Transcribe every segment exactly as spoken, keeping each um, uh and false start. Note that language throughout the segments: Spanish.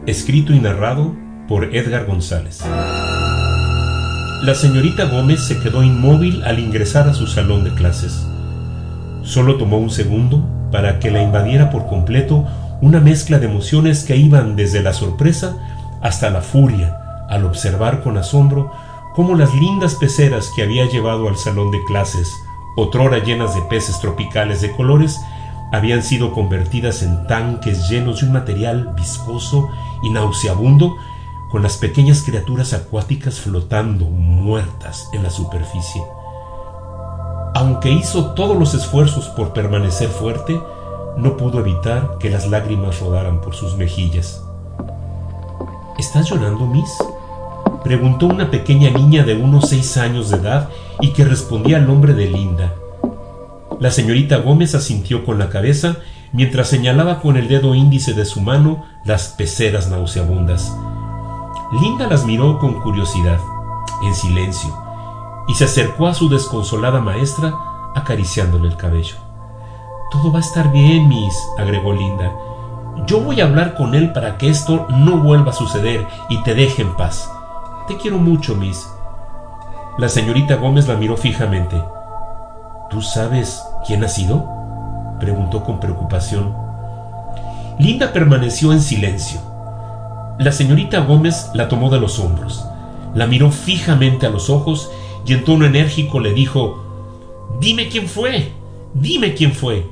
Escrito y narrado por Edgar González. La señorita Gómez se quedó inmóvil al ingresar a su salón de clases. Solo tomó un segundo para que la invadiera por completo una mezcla de emociones que iban desde la sorpresa hasta la furia al observar con asombro cómo las lindas peceras que había llevado al salón de clases, otrora llenas de peces tropicales de colores, habían sido convertidas en tanques llenos de un material viscoso y nauseabundo, con las pequeñas criaturas acuáticas flotando muertas en la superficie. Aunque hizo todos los esfuerzos por permanecer fuerte, no pudo evitar que las lágrimas rodaran por sus mejillas. ¿Estás llorando, Miss?, preguntó una pequeña niña de unos seis años de edad y que respondía al nombre de Linda. La señorita Gómez asintió con la cabeza mientras señalaba con el dedo índice de su mano las peceras nauseabundas. Linda las miró con curiosidad, en silencio, y se acercó a su desconsolada maestra acariciándole el cabello. «Todo va a estar bien, Miss», agregó Linda. «Yo voy a hablar con él para que esto no vuelva a suceder y te deje en paz. Te quiero mucho, Miss». La señorita Gómez la miró fijamente. «¿Tú sabes quién ha sido?», preguntó con preocupación. Linda permaneció en silencio. La señorita Gómez la tomó de los hombros, la miró fijamente a los ojos y en tono enérgico le dijo: «Dime quién fue, dime quién fue».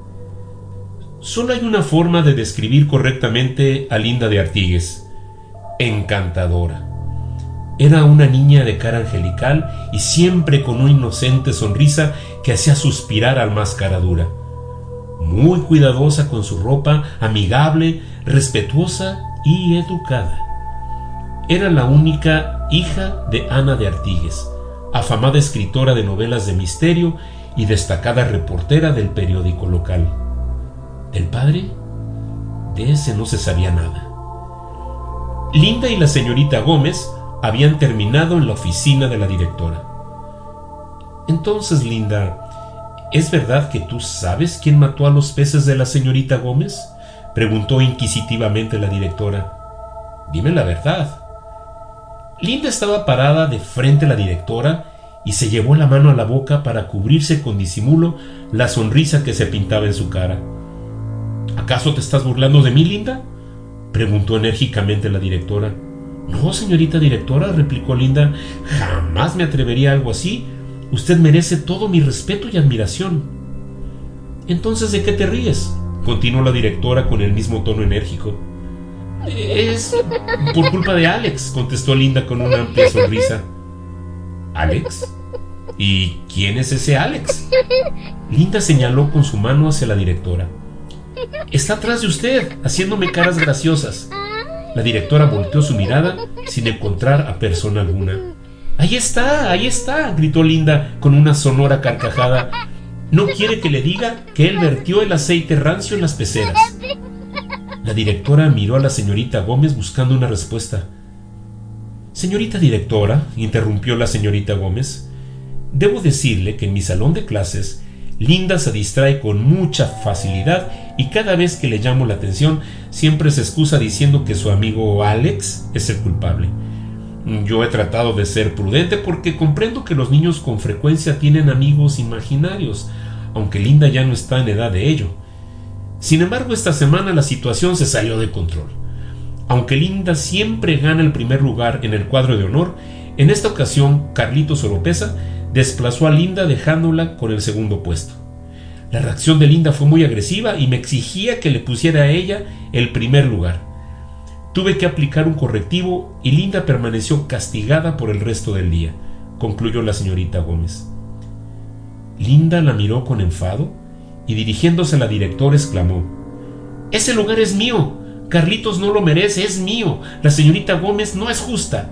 Solo hay una forma de describir correctamente a Linda de Artigues: encantadora. Era una niña de cara angelical y siempre con una inocente sonrisa que hacía suspirar al más cara dura. Muy cuidadosa con su ropa, amigable, respetuosa y educada. Era la única hija de Ana de Artigues, afamada escritora de novelas de misterio y destacada reportera del periódico local. ¿Del padre? De ese no se sabía nada. Linda y la señorita Gómez habían terminado en la oficina de la directora. «Entonces, Linda, ¿es verdad que tú sabes quién mató a los peces de la señorita Gómez?», preguntó inquisitivamente la directora. «Dime la verdad». Linda estaba parada de frente a la directora y se llevó la mano a la boca para cubrirse con disimulo la sonrisa que se pintaba en su cara. «¿Acaso te estás burlando de mí, Linda?», preguntó enérgicamente la directora. «No, señorita directora», replicó Linda, «jamás me atrevería a algo así. Usted merece todo mi respeto y admiración». «Entonces, ¿de qué te ríes?», continuó la directora con el mismo tono enérgico. «Es por culpa de Alex», contestó Linda con una amplia sonrisa. «¿Alex? ¿Y quién es ese Alex?», Linda señaló con su mano hacia la directora. «Está atrás de usted, haciéndome caras graciosas». La directora volteó su mirada sin encontrar a persona alguna. «Ahí está, ahí está», gritó Linda con una sonora carcajada. «¿No quiere que le diga que él vertió el aceite rancio en las peceras?». La directora miró a la señorita Gómez buscando una respuesta. «Señorita directora», interrumpió la señorita Gómez, «debo decirle que en mi salón de clases Linda se distrae con mucha facilidad y cada vez que le llamo la atención siempre se excusa diciendo que su amigo Alex es el culpable. Yo he tratado de ser prudente porque comprendo que los niños con frecuencia tienen amigos imaginarios, aunque Linda ya no está en edad de ello. Sin embargo, esta semana la situación se salió de control. Aunque Linda siempre gana el primer lugar en el cuadro de honor, en esta ocasión Carlitos Oropesa desplazó a Linda dejándola con el segundo puesto. La reacción de Linda fue muy agresiva y me exigía que le pusiera a ella el primer lugar. Tuve que aplicar un correctivo y Linda permaneció castigada por el resto del día, concluyó la señorita Gómez. Linda la miró con enfado y dirigiéndose a la directora exclamó: «Ese lugar es mío. Carlitos no lo merece, es mío. La señorita Gómez no es justa».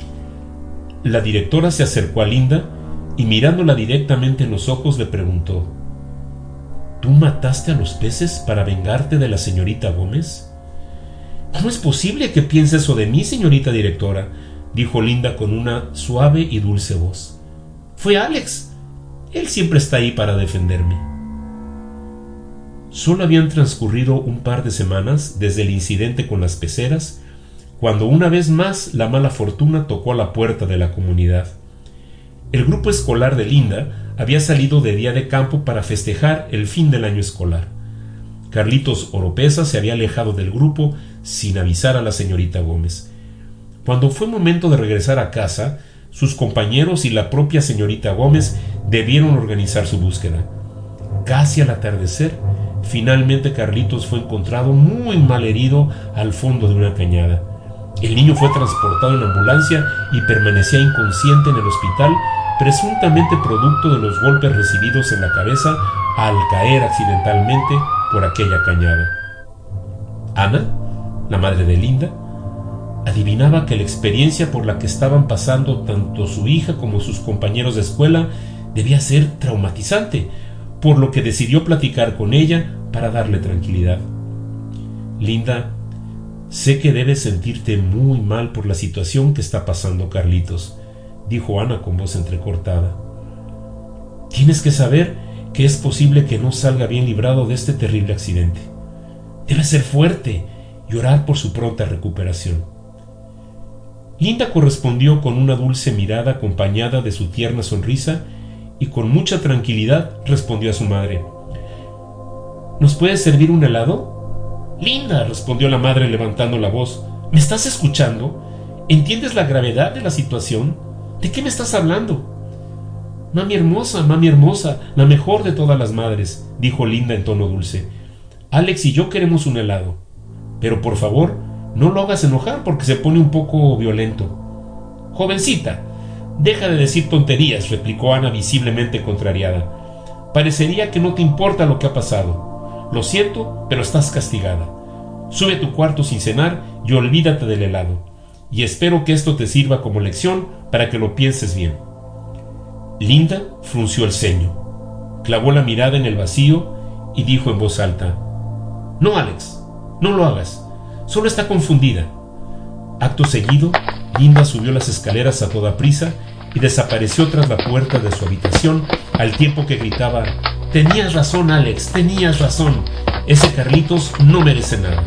La directora se acercó a Linda y mirándola directamente en los ojos le preguntó: «¿Tú mataste a los peces para vengarte de la señorita Gómez?». «¿Cómo es posible que piense eso de mí, señorita directora?», dijo Linda con una suave y dulce voz. «Fue Alex. Él siempre está ahí para defenderme». Solo habían transcurrido un par de semanas desde el incidente con las peceras cuando una vez más la mala fortuna tocó a la puerta de la comunidad. El grupo escolar de Linda había salido de día de campo para festejar el fin del año escolar. Carlitos Oropeza se había alejado del grupo sin avisar a la señorita Gómez. Cuando fue momento de regresar a casa, sus compañeros y la propia señorita Gómez debieron organizar su búsqueda. Casi al atardecer, finalmente Carlitos fue encontrado muy mal herido al fondo de una cañada. El niño fue transportado en ambulancia y permanecía inconsciente en el hospital, presuntamente producto de los golpes recibidos en la cabeza al caer accidentalmente por aquella cañada. Ana, la madre de Linda, adivinaba que la experiencia por la que estaban pasando tanto su hija como sus compañeros de escuela debía ser traumatizante, por lo que decidió platicar con ella para darle tranquilidad. Linda, sé que debes sentirte muy mal por la situación que está pasando Carlitos, dijo Ana con voz entrecortada. Tienes que saber que es posible que no salga bien librado de este terrible accidente. Debes ser fuerte y orar por su pronta recuperación. Linda correspondió con una dulce mirada acompañada de su tierna sonrisa y con mucha tranquilidad respondió a su madre. ¿Nos puede servir un helado? Linda, respondió la madre levantando la voz, ¿me estás escuchando? ¿Entiendes la gravedad de la situación? ¿De qué me estás hablando? Mami hermosa, mami hermosa, la mejor de todas las madres, dijo Linda en tono dulce. Alex y yo queremos un helado. Pero por favor, no lo hagas enojar porque se pone un poco violento. Jovencita, deja de decir tonterías, replicó Ana visiblemente contrariada. Parecería que no te importa lo que ha pasado. Lo siento, pero estás castigada. Sube a tu cuarto sin cenar y olvídate del helado. Y espero que esto te sirva como lección para que lo pienses bien. Linda frunció el ceño, clavó la mirada en el vacío y dijo en voz alta: No, Alex, no lo hagas. Solo está confundida. Acto seguido, Linda subió las escaleras a toda prisa y desapareció tras la puerta de su habitación al tiempo que gritaba: Tenías razón, Alex, tenías razón. Ese Carlitos no merece nada.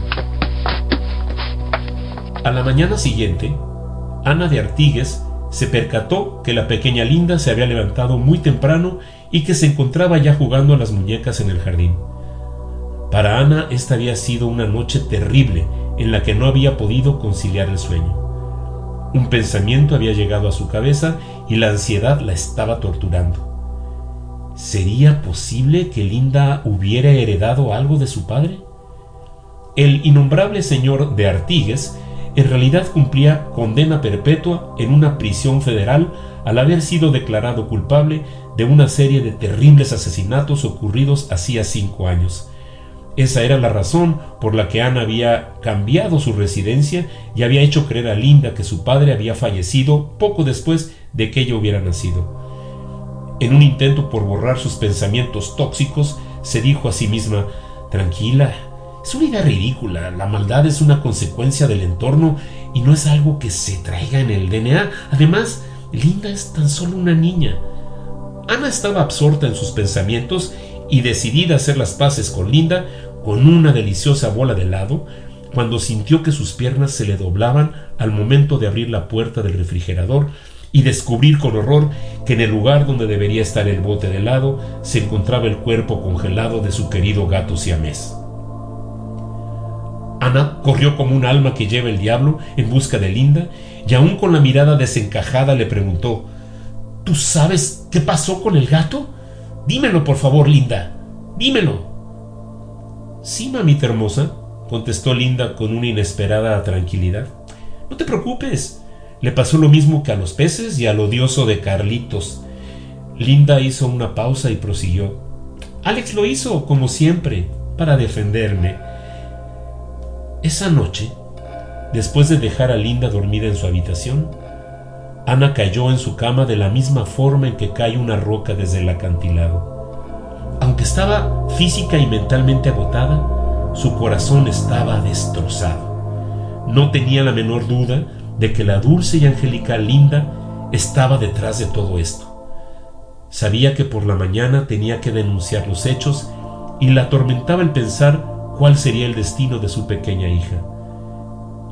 A la mañana siguiente, Ana de Artigues se percató que la pequeña Linda se había levantado muy temprano y que se encontraba ya jugando a las muñecas en el jardín. Para Ana esta había sido una noche terrible en la que no había podido conciliar el sueño. Un pensamiento había llegado a su cabeza y la ansiedad la estaba torturando. ¿Sería posible que Linda hubiera heredado algo de su padre? El innombrable señor de Artigues en realidad cumplía condena perpetua en una prisión federal al haber sido declarado culpable de una serie de terribles asesinatos ocurridos hacía cinco años. Esa era la razón por la que Ana había cambiado su residencia y había hecho creer a Linda que su padre había fallecido poco después de que ella hubiera nacido. En un intento por borrar sus pensamientos tóxicos, se dijo a sí misma: Tranquila, es una idea ridícula, la maldad es una consecuencia del entorno y no es algo que se traiga en el D N A. Además, Linda es tan solo una niña. Ana estaba absorta en sus pensamientos y decidida a hacer las paces con Linda con una deliciosa bola de helado, cuando sintió que sus piernas se le doblaban al momento de abrir la puerta del refrigerador y descubrir con horror que en el lugar donde debería estar el bote de helado se encontraba el cuerpo congelado de su querido gato siamés. Ana corrió como un alma que lleva el diablo en busca de Linda y aún con la mirada desencajada le preguntó: ¿Tú sabes qué pasó con el gato? Dímelo, por favor, Linda, dímelo. Sí, mamita hermosa, contestó Linda con una inesperada tranquilidad. No te preocupes, le pasó lo mismo que a los peces y al odioso de Carlitos. Linda hizo una pausa y prosiguió: Alex lo hizo, como siempre, para defenderme. Esa noche, después de dejar a Linda dormida en su habitación, Ana cayó en su cama de la misma forma en que cae una roca desde el acantilado. Aunque estaba física y mentalmente agotada, su corazón estaba destrozado. No tenía la menor duda de que la dulce y angelical Linda estaba detrás de todo esto. Sabía que por la mañana tenía que denunciar los hechos y la atormentaba el pensar cuál sería el destino de su pequeña hija.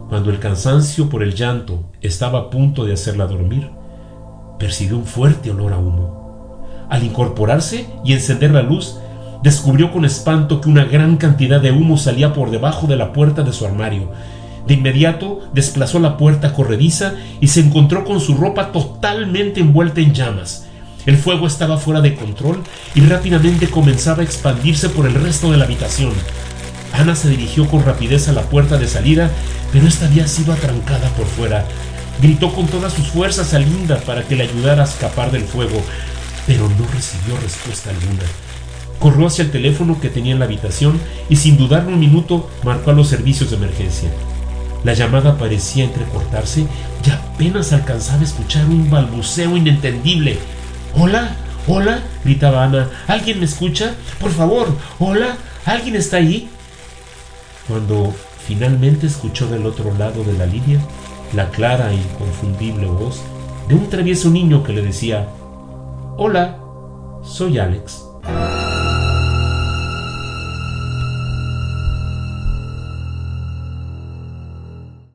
Cuando el cansancio por el llanto estaba a punto de hacerla dormir, percibió un fuerte olor a humo. Al incorporarse y encender la luz, descubrió con espanto que una gran cantidad de humo salía por debajo de la puerta de su armario. De inmediato desplazó la puerta corrediza y se encontró con su ropa totalmente envuelta en llamas. El fuego estaba fuera de control y rápidamente comenzaba a expandirse por el resto de la habitación. Ana se dirigió con rapidez a la puerta de salida, pero esta había sido atrancada por fuera. Gritó con todas sus fuerzas a Linda para que le ayudara a escapar del fuego, pero no recibió respuesta alguna. Corrió hacia el teléfono que tenía en la habitación y sin dudarlo un minuto marcó a los servicios de emergencia. La llamada parecía entrecortarse y apenas alcanzaba a escuchar un balbuceo inentendible. «¿Hola? ¿Hola?», gritaba Ana. «¿Alguien me escucha? Por favor, ¿hola? ¿Alguien está ahí?». Cuando finalmente escuchó del otro lado de la línea la clara e inconfundible voz de un travieso niño que le decía: «Hola, soy Alex».